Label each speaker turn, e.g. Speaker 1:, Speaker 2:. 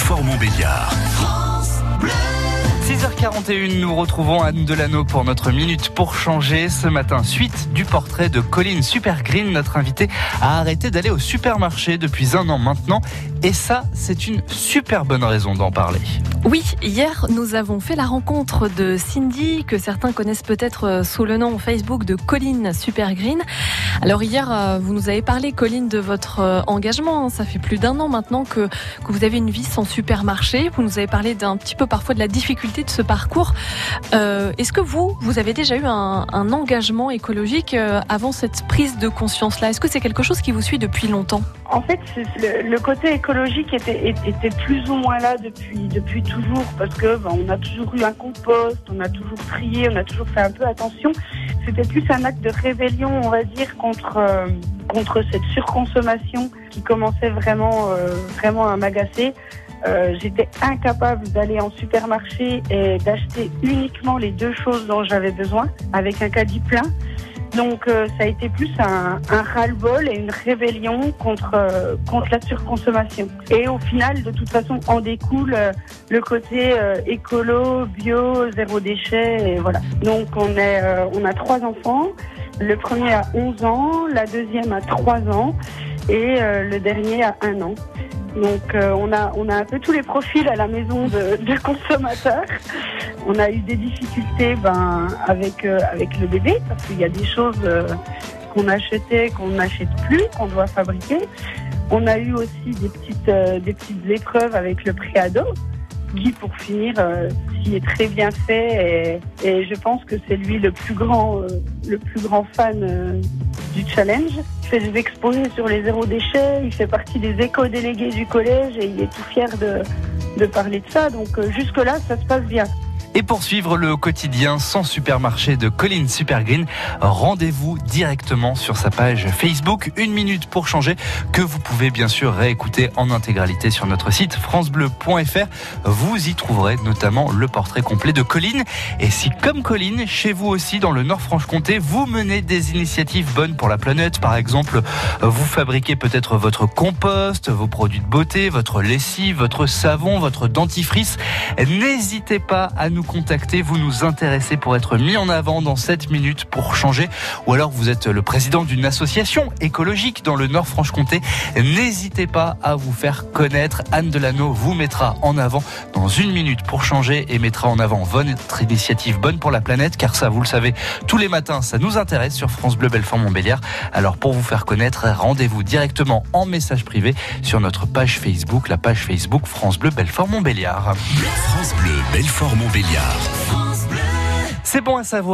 Speaker 1: Belfort-Montbéliard.
Speaker 2: 6h41, nous retrouvons Anne Delano pour notre Minute pour changer. Ce matin, suite du portrait de Colline Supergreen, notre invitée a arrêté d'aller au supermarché depuis 1 an maintenant. Et ça, c'est une super bonne raison d'en parler.
Speaker 3: Oui, hier, nous avons fait la rencontre de Cindy, que certains connaissent peut-être sous le nom Facebook de Colline Supergreen. Alors hier, vous nous avez parlé, Colline, de votre engagement. Ça fait plus d'1 an maintenant que vous avez une vie sans supermarché. Vous nous avez parlé d'un petit peu parfois de la difficulté de ce parcours. Est-ce que vous avez déjà eu un engagement écologique avant cette prise de conscience-là? Est-ce que c'est quelque chose qui vous suit depuis longtemps?
Speaker 4: En fait, le côté écologique était plus ou moins là depuis toujours, parce que on a toujours eu un compost, on a toujours trié, on a toujours fait un peu attention. C'était plus un acte de rébellion, on va dire, contre cette surconsommation qui commençait vraiment à m'agacer. J'étais incapable d'aller en supermarché et d'acheter uniquement les 2 choses dont j'avais besoin avec un caddie plein. Donc ça a été plus un ras-le-bol et une rébellion contre la surconsommation. Et au final, de toute façon, en découle le côté écolo, bio, 0 déchet, et voilà. Donc on a 3 enfants. Le premier a 11 ans, la deuxième a 3 ans et le dernier a 1 an. Donc on a un peu tous les profils à la maison de consommateurs. On a eu des difficultés avec le bébé, parce qu'il y a des choses qu'on achetait, qu'on n'achète plus, qu'on doit fabriquer. On a eu aussi des petites épreuves avec le préado, qui pour finir s'y est très bien fait, et je pense que c'est lui le plus grand fan du challenge. Il fait des exposés sur les 0 déchets, il fait partie des éco-délégués du collège et il est tout fier de parler de ça, donc jusque-là ça se passe bien.
Speaker 2: Et pour suivre le quotidien sans supermarché de Colline Supergreen, rendez-vous directement sur sa page Facebook 1 minute pour changer, que vous pouvez bien sûr réécouter en intégralité sur notre site francebleu.fr. Vous y trouverez notamment le portrait complet de Colline. Et si, comme Colline, chez vous aussi dans le Nord-Franche-Comté, vous menez des initiatives bonnes pour la planète, par exemple, vous fabriquez peut-être votre compost, vos produits de beauté, votre lessive, votre savon, votre dentifrice, n'hésitez pas à nous contacter, vous nous intéressez pour être mis en avant dans 7 minutes pour changer, ou alors vous êtes le président d'une association écologique dans le Nord-Franche-Comté, n'hésitez pas à vous faire connaître. Anne Delano vous mettra en avant dans 1 minute pour changer et mettra en avant votre initiative bonne pour la planète, car ça, vous le savez, tous les matins, ça nous intéresse sur France Bleu Belfort-Montbéliard. Alors pour vous faire connaître, rendez-vous directement en message privé sur notre page Facebook, la page Facebook France Bleu Belfort-Montbéliard.
Speaker 1: France Bleu Belfort-Montbéliard.
Speaker 2: C'est bon à savoir.